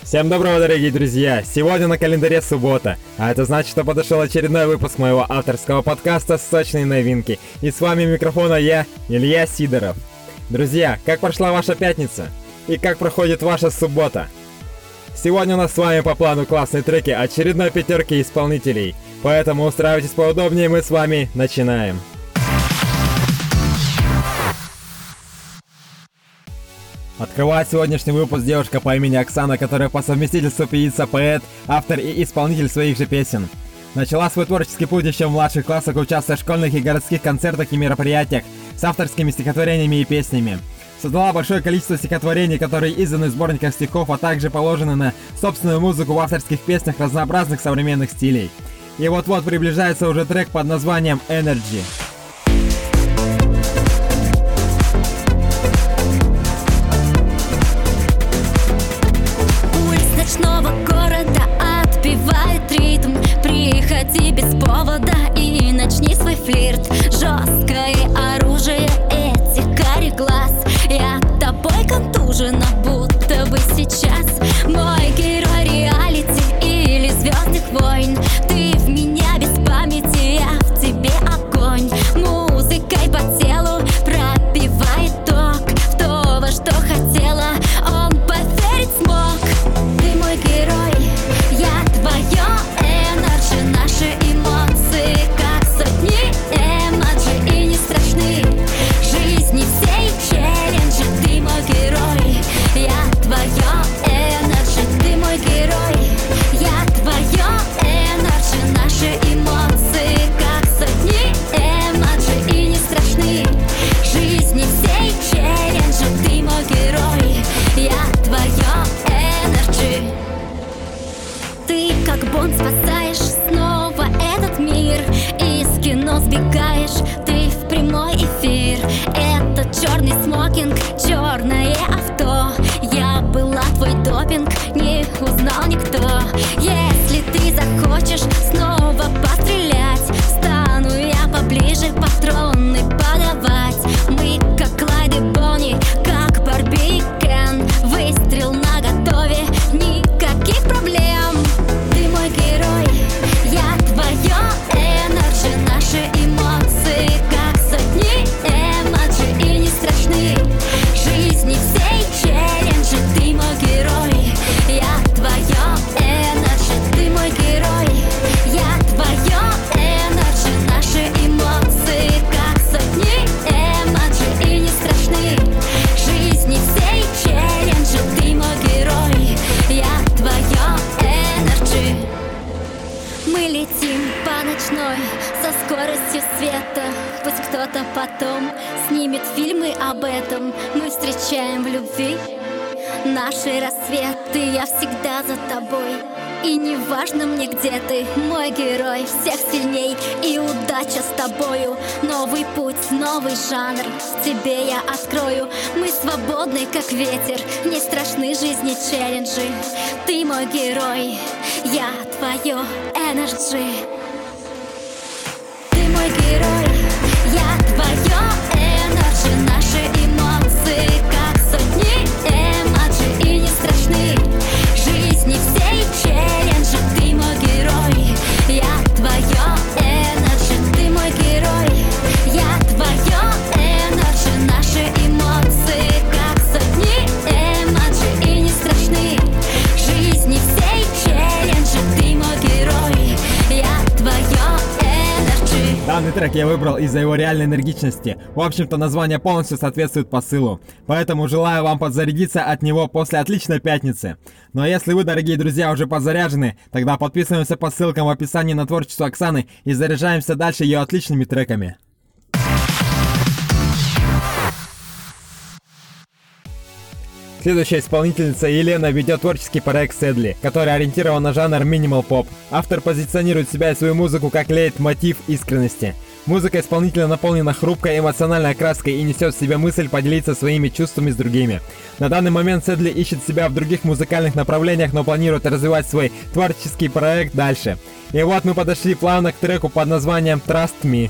Всем доброго, дорогие друзья! Сегодня на календаре суббота, а это значит, что подошел очередной выпуск моего авторского подкаста «Сочные новинки». И с вами у микрофона я, Илья Сидоров. Друзья, как прошла ваша пятница? И как проходит ваша суббота? Сегодня у нас с вами по плану классные треки очередной пятерки исполнителей. Поэтому устраивайтесь поудобнее, мы с вами начинаем. Открывает сегодняшний выпуск девушка по имени Оксана, которая по совместительству певица, поэт, автор и исполнитель своих же песен. Начала свой творческий путь еще в младших классах, участвуя в школьных и городских концертах и мероприятиях с авторскими стихотворениями и песнями. Создала большое количество стихотворений, которые изданы в сборниках стихов, а также положены на собственную музыку в авторских песнях разнообразных современных стилей. И вот-вот приближается уже трек под названием «Energy». Ночного города отбивает ритм. Приходи без повода и начни свой флирт. Жесткое оружие этих карих глаз. Я тобой контужена, будто бы сейчас. Мой герой реалити или Звездных войн. Ты в меня без памяти, я в тебе огонь. Музыкой по телу пробивает ток. В то, во что хотела, он поверить смог. Ты мой герой, я твое энерджи. Наши эмоции как сотни эмоджи и не страшны жизни всей челленджи. Ты мой герой, я твое энерджи. Ты мой герой, я твое энерджи. Наши эмоции как сотни эмоджи и не страшны жизни всей челленджи. Ты мой герой, я твое энерджи. Ты как Бонд спасаешь снова этот мир. Из кино сбегаешь ты в прямой эфир. Это черный смокинг, черное авто. Я была твой допинг, не узнал никто. Если ты захочешь снова пострелять, стану я поближе патроны подавать. Мы как Клайд и Бонни, как Барби и Кен. Выстрел наготове, никаких проблем. Ты мой герой, я твое энерджи. Наши эмоции как сотни эмоджи и не страшны жизни всей челленджи. Ты мой герой, я твое энерджи. Ты мой герой, я твое энерджи. Наши эмоции как сотни эмоджи и не страшны жизни всей челленджи. Ты мой герой, я твое энерджи. Мы летим по ночной со скоростью света. Пусть кто-то потом снимет фильмы об этом. Мы встречаем в любви наши рассветы. Я всегда за тобой, и не важно мне, где ты. Мой герой всех сильней, и удача с тобою. Новый путь, новый жанр в тебе я открою. Мы свободны, как ветер, не страшны жизни челленджи. Ты мой герой, я твое энерджи. Ты мой герой, я твое энерджи. Наши эмоции как сотни эмоджи и не страшны жизни всей челленджи. Ты мой герой, я твое энерджи. Ты мой герой, я твое энерджи. Наши эмоции как сотни эмоджи и не страшны жизни всей челленджи. Ты мой герой, я твое энерджи. Данный трек я выбрал из-за его реальной энергичности. В общем-то, название полностью соответствует посылу. Поэтому желаю вам подзарядиться от него после отличной пятницы. Ну а если вы, дорогие друзья, уже подзаряжены, тогда подписываемся по ссылкам в описании на творчество Оксаны и заряжаемся дальше ее отличными треками. Следующая исполнительница Елена ведет творческий проект Седли, который ориентирован на жанр минимал поп. Автор позиционирует себя и свою музыку как лейтмотив искренности. Музыка исполнителя наполнена хрупкой эмоциональной окраской и несет в себе мысль поделиться своими чувствами с другими. На данный момент Седли ищет себя в других музыкальных направлениях, но планирует развивать свой творческий проект дальше. И вот мы подошли плавно к треку под названием Trust Me.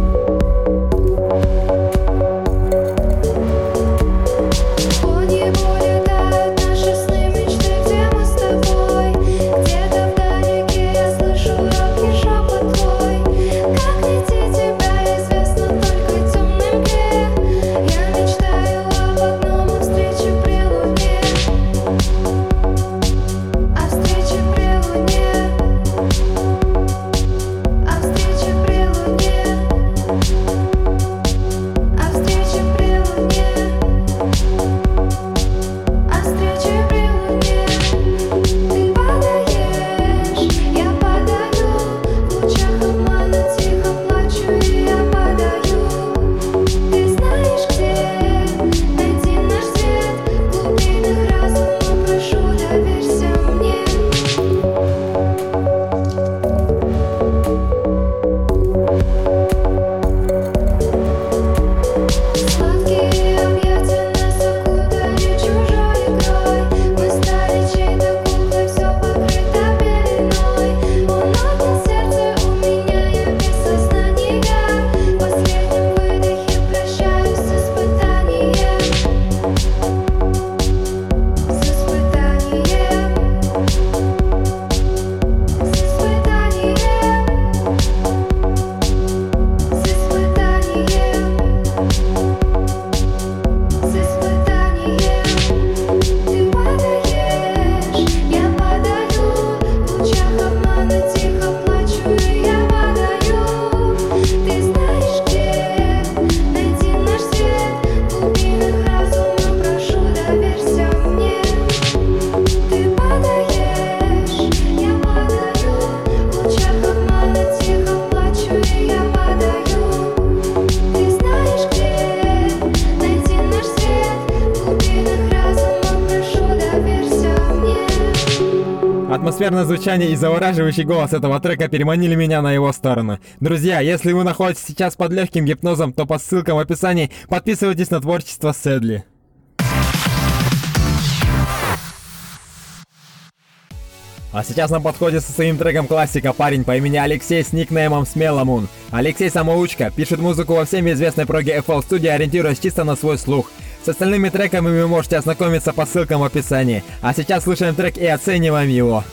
По небу Атмосферное звучание и завораживающий голос этого трека переманили меня на его сторону. Друзья, если вы находитесь сейчас под легким гипнозом, то по ссылкам в описании подписывайтесь на творчество Сэдли. А сейчас на подходе со своим треком классика парень по имени Алексей с никнеймом Смеломун. Алексей самоучка, пишет музыку во всем известной проге FL Studio, ориентируясь чисто на свой слух. С остальными треками вы можете ознакомиться по ссылкам в описании. А сейчас слушаем трек и оцениваем его.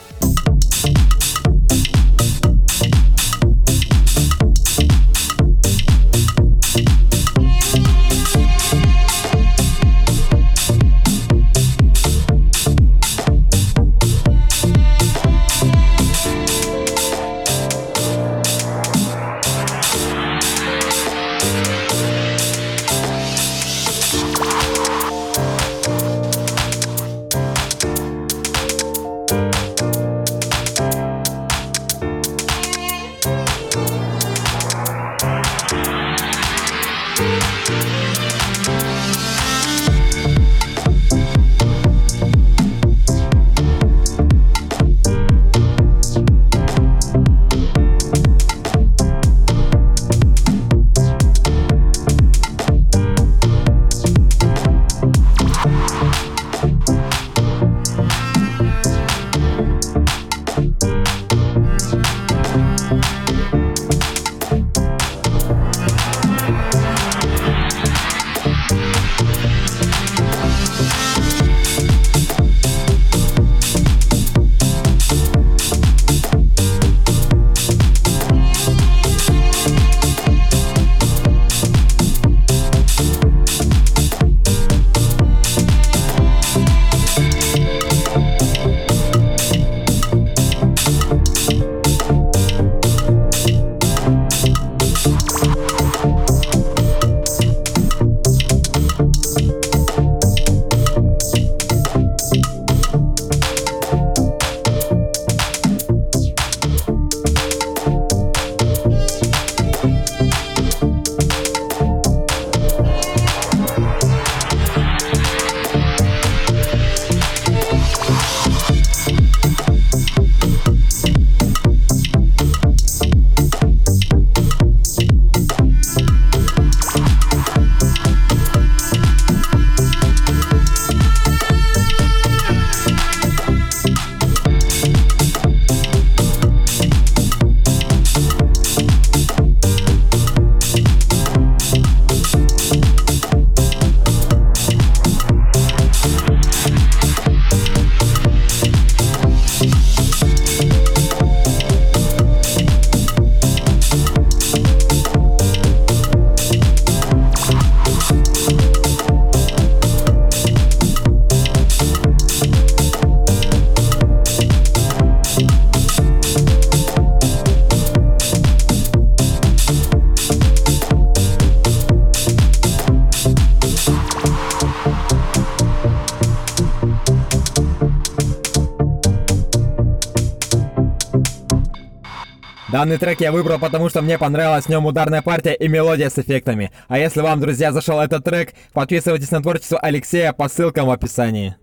Данный трек я выбрал, потому что мне понравилась в нем ударная партия и мелодия с эффектами. А если вам, друзья, зашел этот трек, подписывайтесь на творчество Алексея по ссылкам в описании.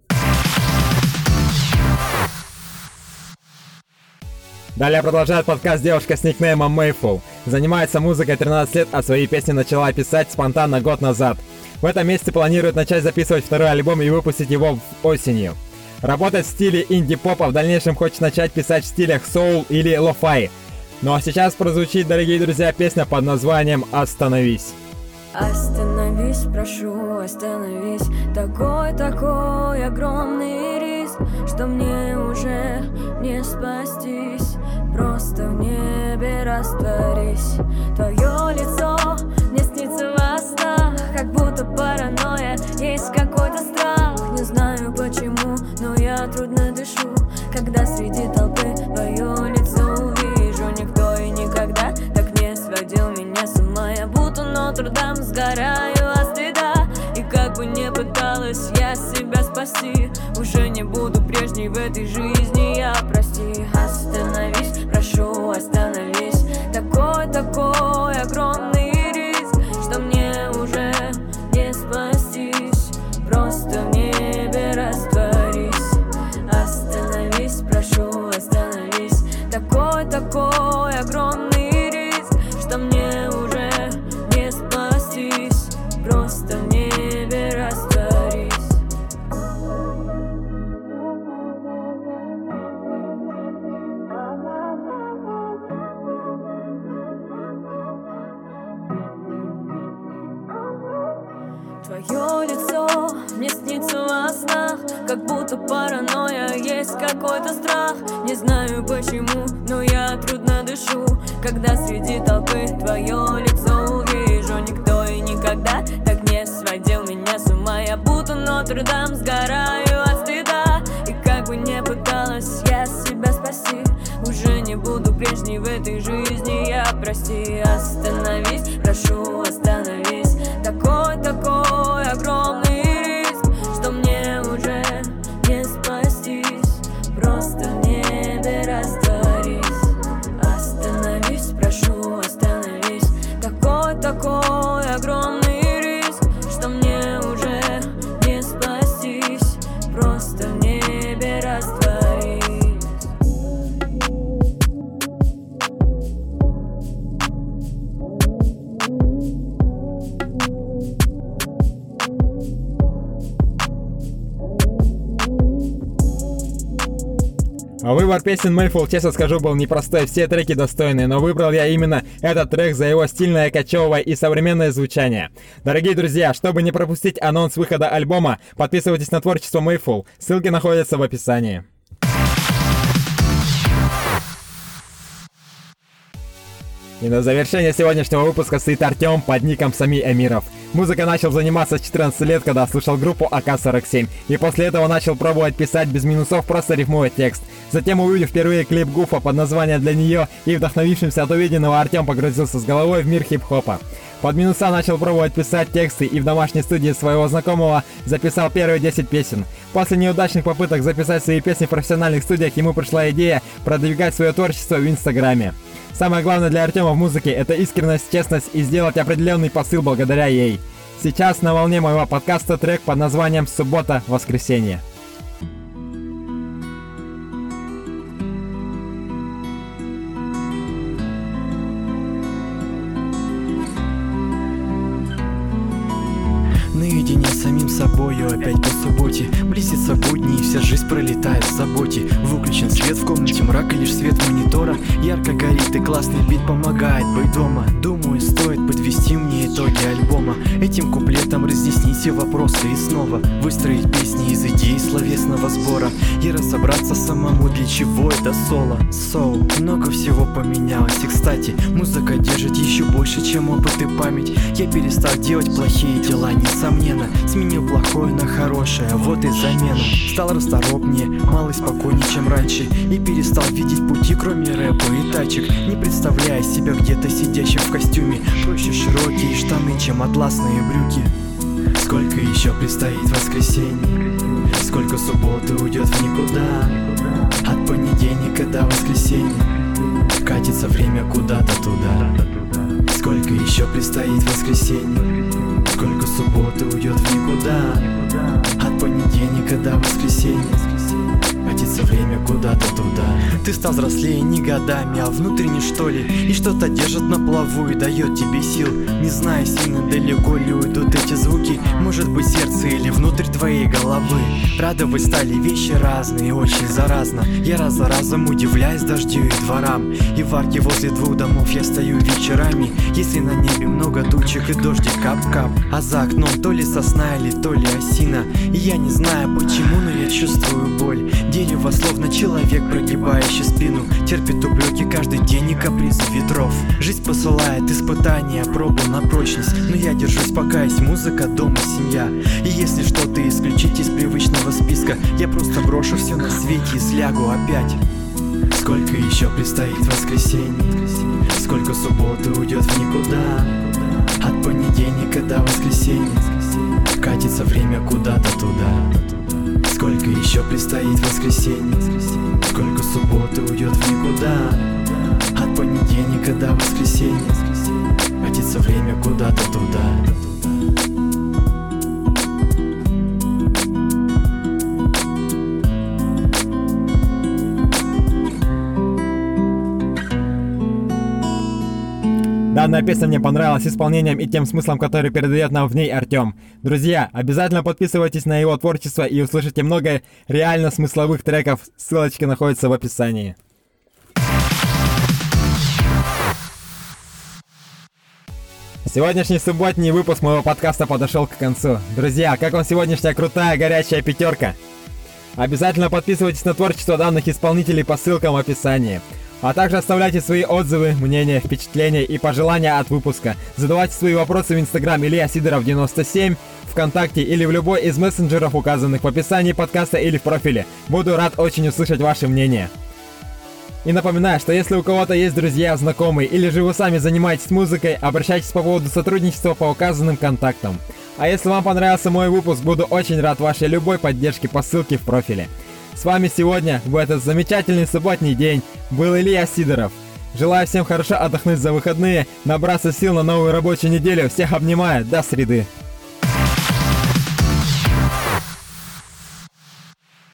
Далее продолжает подкаст девушка с никнеймом Мэйфул. Занимается музыкой 13 лет, а свои песни начала писать спонтанно год назад. В этом месяце планирует начать записывать второй альбом и выпустить его осенью. Работать в стиле инди-попа, в дальнейшем хочет начать писать в стилях соул или ло-фай. Ну а сейчас прозвучит, дорогие друзья, песня под названием «Остановись». Остановись, прошу, остановись. Такой огромный риск, что мне уже не спастись. Просто в небе растворись. Твое лицо мне снится во снах, как будто паранойя, есть какой-то страх. Не знаю почему, но я трудно дышу, когда среди толпы твое лицо увижу. Никто и никогда так не сводил меня с ума. Я будто Нотр-Дам, сгораю от стыда. И как бы не пыталась я себя спасти, уже не буду прежней в этой жизни, я прости. Остановись, прошу, остановись. Такой огромный риск, что мне уже не спастись. Просто в небе растворись. Остановись, прошу, как будто паранойя. Есть какой-то страх, не знаю почему, но я трудно дышу, когда среди толпы твое лицо увижу. Никто и никогда так не сводил меня с ума. Я будто Нотр-Дам, сгораю от стыда. И как бы не пыталась я себя спасти, уже не буду прежней в этой жизни. Я прости, остановись, прошу, остановись. Такой огромный риск, что мне уже не спастись. Просто в небе растворись. Остановись, прошу, остановись. Такой огромный риск, что мне уже не спастись. Просто в небе растворись. Выбор песен Mayful, честно скажу, был непростой, все треки достойные, но выбрал я именно этот трек за его стильное, кочевое и современное звучание. Дорогие друзья, чтобы не пропустить анонс выхода альбома, подписывайтесь на творчество Mayful, ссылки находятся в описании. И на завершение сегодняшнего выпуска стоит Артем под ником Сами Эмиров. Музыкой начал заниматься с 14 лет, когда слушал группу АК-47, и после этого начал пробовать писать без минусов, просто рифмуя текст. Затем, увидев впервые клип Гуфа под названием «Для нее» и вдохновившимся от увиденного, Артем погрузился с головой в мир хип-хопа. Под минуса начал пробовать писать тексты и в домашней студии своего знакомого записал первые 10 песен. После неудачных попыток записать свои песни в профессиональных студиях ему пришла идея продвигать свое творчество в Инстаграме. Самое главное для Артема в музыке — это искренность, честность и сделать определенный посыл благодаря ей. Сейчас на волне моего подкаста трек под названием «Суббота-воскресенье». Наедине с самим собою, опять по субботе. Близится будни, и вся жизнь пролетает в заботе. Выключен свет в комнате, мрак и лишь свет монитора ярко горит, и классный бит помогает быть дома. Думаю, стоит подвести мне итоги альбома. Этим куплетом разъяснить все вопросы и снова выстроить песни из идей словесного сбора и разобраться самому, для чего это соло. Много всего поменялось, и кстати, музыка держит еще больше, чем опыт и память. Я перестал делать плохие дела, несомненно, сменил плохое на хорошее, вот и замена. Стал расторопнее, мало и спокойнее, чем раньше, и перестал видеть пути, кроме рэпа и тачек, не представляя себя где-то сидящим в костюме. Проще широкие штаны, чем атласные брюки. Сколько еще предстоит воскресенье, сколько субботы уйдет в никуда. От понедельника до воскресенья катится время куда-то туда. Сколько еще предстоит воскресенье, сколько субботы уйдет в никуда. От понедельника до воскресенья катится время куда-то туда. Ты стал взрослее не годами, а внутренне что ли, и что-то держит на плаву и дает тебе сил. Не знаю, сильно далеко ли уйдут эти звуки, может быть сердце или внутрь твоей головы. Радовать стали вещи разные, очень заразно. Я раз за разом удивляюсь дождю и дворам, и в арке возле двух домов я стою вечерами. Если на небе много тучек и дождик кап-кап, а за окном то ли сосна или то ли осина. И я не знаю почему, но я чувствую боль. Дерево словно человек, прогибающий спину, терпит упреки каждый день и капризы ветров. Жизнь посылает испытания, пробу на прочность, но я держусь, пока есть музыка, дом и семья. И если что-то исключить из привычного списка, я просто брошу все на свете и слягу опять. Сколько еще предстоит воскресенье, сколько субботы уйдет в никуда. От понедельника до воскресенья катится время куда-то туда. Сколько еще предстоит воскресенье, сколько субботы уйдет в никуда. От понедельника до воскресенья катится время куда-то туда. Данная песня мне понравилась исполнением и тем смыслом, который передает нам в ней Артем. Друзья, обязательно подписывайтесь на его творчество и услышите много реально смысловых треков, ссылочки находятся в описании. Сегодняшний субботний выпуск моего подкаста подошел к концу. Друзья, как вам сегодняшняя крутая горячая пятерка? Обязательно подписывайтесь на творчество данных исполнителей по ссылкам в описании. А также оставляйте свои отзывы, мнения, впечатления и пожелания от выпуска. Задавайте свои вопросы в Инстаграм Илья Сидоров 97, ВКонтакте или в любой из мессенджеров, указанных в описании подкаста или в профиле. Буду рад очень услышать ваше мнение. И напоминаю, что если у кого-то есть друзья, знакомые или же вы сами занимаетесь музыкой, обращайтесь по поводу сотрудничества по указанным контактам. А если вам понравился мой выпуск, буду очень рад вашей любой поддержке по ссылке в профиле. С вами сегодня, в этот замечательный субботний день, был Илья Сидоров. Желаю всем хорошо отдохнуть за выходные, набраться сил на новую рабочую неделю. Всех обнимаю, до среды.